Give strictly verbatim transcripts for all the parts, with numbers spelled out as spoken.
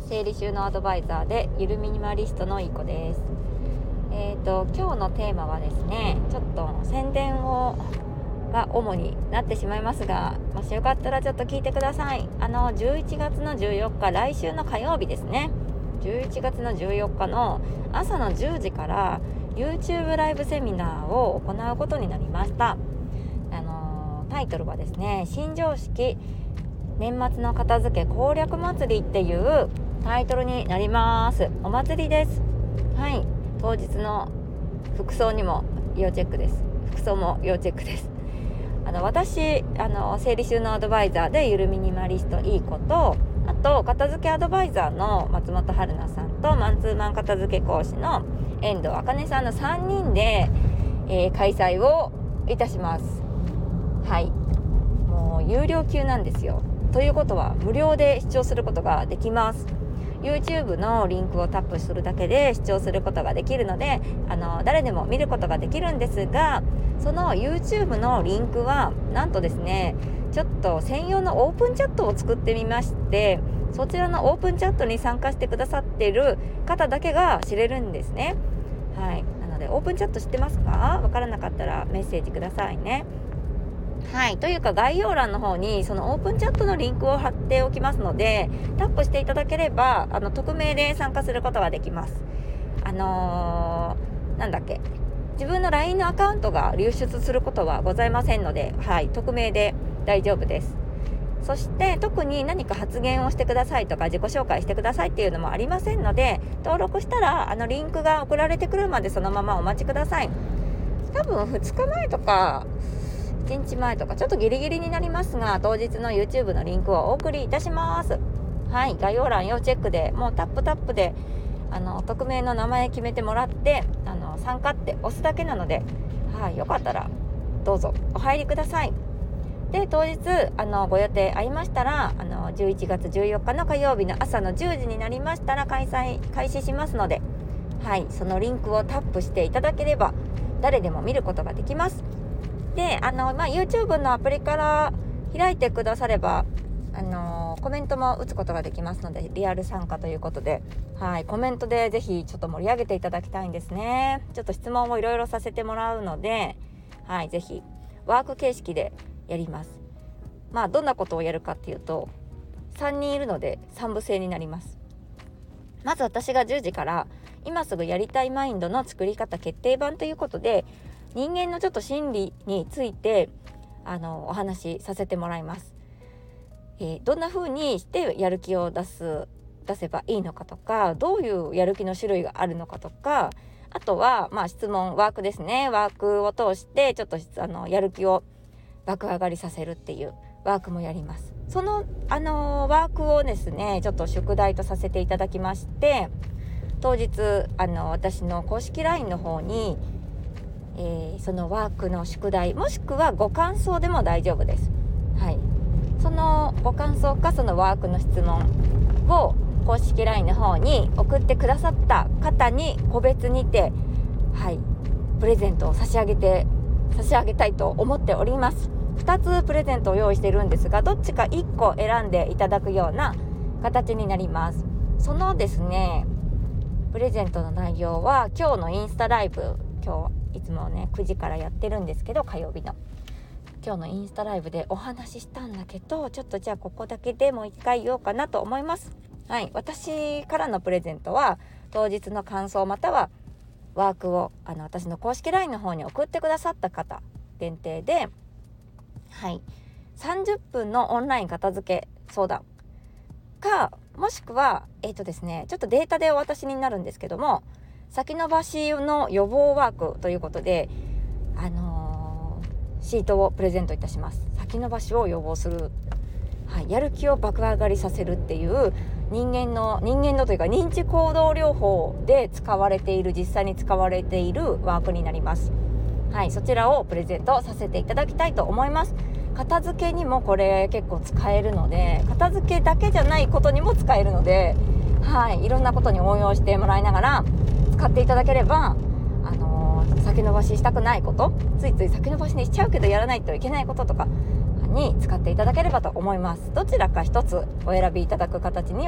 整理収納アドバイザーでゆるミニマリストのいい子です。えーと今日のテーマはですね、ちょっと宣伝をが主になってしまいますが、もしよかったらちょっと聞いてください。あのじゅういちがつのじゅうよっか、来週の火曜日ですね、じゅういちがつのじゅうよっかの朝のじゅうじから YouTube ライブセミナーを行うことになりました。あのタイトルはですね、新常識年末の片付け攻略祭りっていうタイトルになります。お祭りです。はい、当日の服装にも要チェックです。服装も要チェックです。あの私あの整理収納アドバイザーでゆるミニマリストいい子と、あと片付けアドバイザーの松本春菜さんとマンツーマン片付け講師の遠藤茜さんのさんにんで、えー、開催をいたします。はい、もう有料級なんですよ。ということは無料で視聴することができます。 YouTube のリンクをタップするだけで視聴することができるので、あの誰でも見ることができるんですが、その YouTube のリンクはなんとですね、ちょっと専用のオープンチャットを作ってみまして、そちらのオープンチャットに参加してくださっている方だけが知れるんですね。はい、なのでオープンチャット知ってますか？わからなかったらメッセージくださいね。はい、というか概要欄の方にそのオープンチャットのリンクを貼っておきますので、タップしていただければあの匿名で参加することができます。あのー、なんだっけ自分の ライン のアカウントが流出することはございませんので、はい、匿名で大丈夫です。そして特に何か発言をしてくださいとか自己紹介してくださいっていうのもありませんので、登録したらあのリンクが送られてくるまでそのままお待ちください。多分ふつかまえとかいちにちまえとかちょっとギリギリになりますが、当日の YouTube のリンクをお送りいたします。はい、概要欄要チェックで、もうタップタップであの匿名の名前決めてもらって、あの参加って押すだけなので、はい、よかったらどうぞお入りください。で、当日あのご予定合いましたら、あのじゅういちがつじゅうよっかの火曜日の朝のじゅうじになりましたら開催開始しますので、はい、そのリンクをタップしていただければ誰でも見ることができます。で、あの、まあ、YouTube のアプリから開いてくだされば、あのコメントも打つことができますので、リアル参加ということで、はい、コメントでぜひちょっと盛り上げていただきたいんですね。ちょっと質問をいろいろさせてもらうので、はい、ぜひワーク形式でやります。まあどんなことをやるかっていうと、さんにんいるのでさん部制になります。まず私がじゅうじから今すぐやりたいマインドの作り方決定版ということで、人間のちょっと心理についてあのお話しさせてもらいます。えー、どんな風にしてやる気を出す出せばいいのかとか、どういうやる気の種類があるのかとか、あとはまあ質問ワークですね。ワークを通してちょっとあのやる気を爆上がりさせるっていうワークもやります。そのあのワークをですね、ちょっと宿題とさせていただきまして、当日あの私の公式 ライン の方にえー、そのワークの宿題もしくはご感想でも大丈夫です。はい、そのご感想かそのワークの質問を公式 ライン の方に送ってくださった方に個別にて、はい、プレゼントを差し上げて差し上げたいと思っております。ふたつプレゼントを用意しているんですが、どっちかいっこ選んでいただくような形になります。そのですねプレゼントの内容は今日のインスタライブ、今日いつもねくじからやってるんですけど、火曜日の今日のインスタライブでお話ししたんだけど、ちょっとじゃあここだけでもう一回言おうかなと思います。はい、私からのプレゼントは当日の感想またはワークをあの私の公式 ライン の方に送ってくださった方限定で、はい、さんじゅっぷんのオンライン片付け相談か、もしくはえっとですねちょっとデータでお渡しになるんですけども、先延ばしの予防ワークということで、あのー、シートをプレゼントいたします。先延ばしを予防する、はい、やる気を爆上がりさせるっていう人間の人間のというか認知行動療法で使われている実際に使われているワークになります。はい、そちらをプレゼントさせていただきたいと思います。片付けにもこれ結構使えるので、片付けだけじゃないことにも使えるので、はい、いろんなことに応用してもらいながら使っていただければ、あのー、先延ばししたくないこと、ついつい先延ばしにしちゃうけどやらないといけないこととかに使っていただければと思います。どちらか一つお選びいただく形には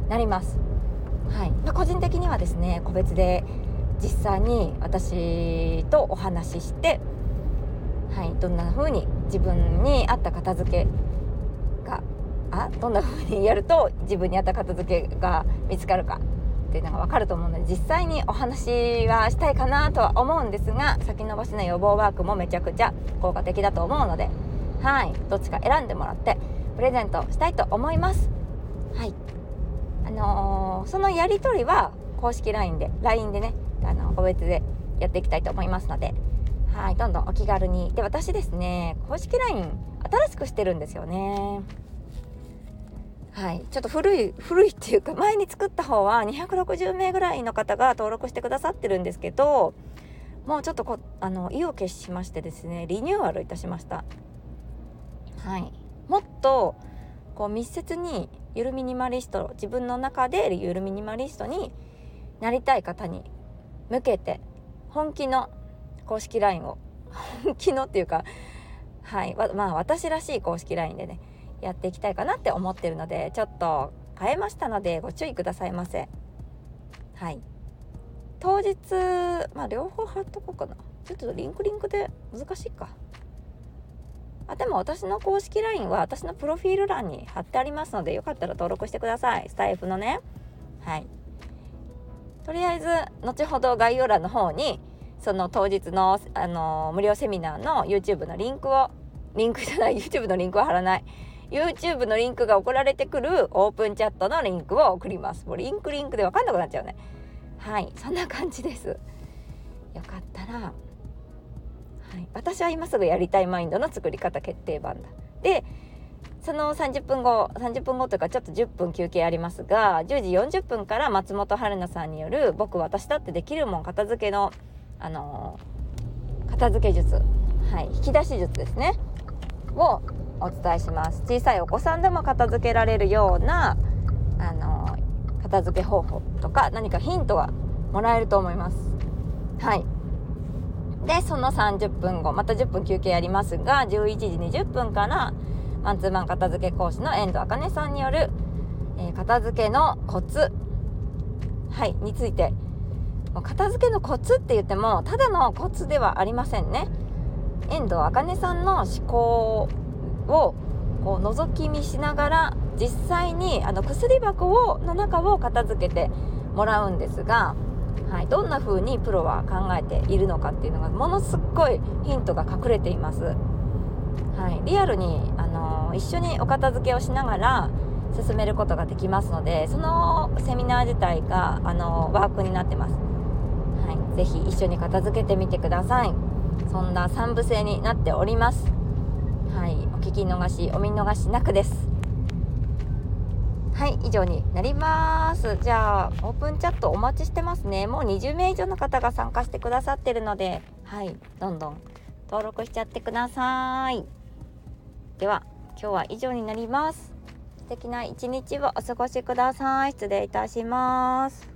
なります。はい、まあ、個人的にはですね、個別で実際に私とお話しして、はい、どんな風に自分に合った片付けがあどんな風にやると自分に合った片付けが見つかるかっていうのが分かると思うので、実際にお話はしたいかなとは思うんですが、先延ばしの予防ワークもめちゃくちゃ効果的だと思うので、はい、どっちか選んでもらってプレゼントしたいと思います。はい、あのー、そのやり取りは公式 ライン で ライン でね、あの個別でやっていきたいと思いますので、はい、どんどんお気軽に。で、私ですね、公式 ライン 新しくしてるんですよね。はい、ちょっと古い古いっていうか、前に作った方はにひゃくろくじゅうめいぐらいの方が登録してくださってるんですけど、もうちょっとこあの意を決しましてですね、リニューアルいたしました。はい、もっとこう密接にゆるミニマリスト、自分の中でゆるミニマリストになりたい方に向けて本気の公式 ライン を本気のっていうか、はいまあ私らしい公式 ライン でねやっていきたいかなって思ってるので、ちょっと変えましたのでご注意くださいませ。はい、当日まあ両方貼っとこうかな。ちょっとリンクリンクで難しいか。あでも私の公式 ライン は私のプロフィール欄に貼ってありますので、よかったら登録してください。スタイフのね。はい、とりあえず後ほど概要欄の方にその当日の、あのー、無料セミナーの YouTube のリンクをリンクじゃない YouTube のリンクは貼らない YouTube のリンクが送られてくるオープンチャットのリンクを送ります。もうリンクリンクで分かんなくなっちゃうね。はい、そんな感じです。よかったら、はい、私は今すぐやりたいマインドの作り方決定版だ。でそのさんじゅっぷんごさんじゅっぷんごというかちょっとじゅっぷん休憩ありますが、じゅうじよんじゅっぷんから松本春菜さんによる僕私だってできるもん片付けの、あのー、片付け術、はい、引き出し術ですねをお伝えします。小さいお子さんでも片付けられるような、あのー、片付け方法とか何かヒントがもらえると思います。はい。でそのさんじゅっぷんごまたじゅっぷん休憩ありますが、じゅういちじにじゅっぷんからマンツーマン片付け講師の遠藤茜さんによる、えー、片付けのコツ、はい、について。片付けのコツって言ってもただのコツではありませんね。遠藤茜さんの思考をこう覗き見しながら実際にあの薬箱をの中を片付けてもらうんですが、はい、どんな風にプロは考えているのかっていうのがものすごいヒントが隠れています。はい、リアルに、あのー、一緒にお片付けをしながら進めることができますので、そのセミナー自体が、あのー、ワークになってます。はい、ぜひ一緒に片付けてみてください。そんなさん部制になっております。はい、お聞き逃しお見逃しなくです。はい、以上になります。じゃあオープンチャットお待ちしてますね。もうにじゅうめい以上の方が参加してくださってるので、はい、どんどん登録しちゃってください。では今日は以上になります。素敵な一日をお過ごしください。失礼いたします。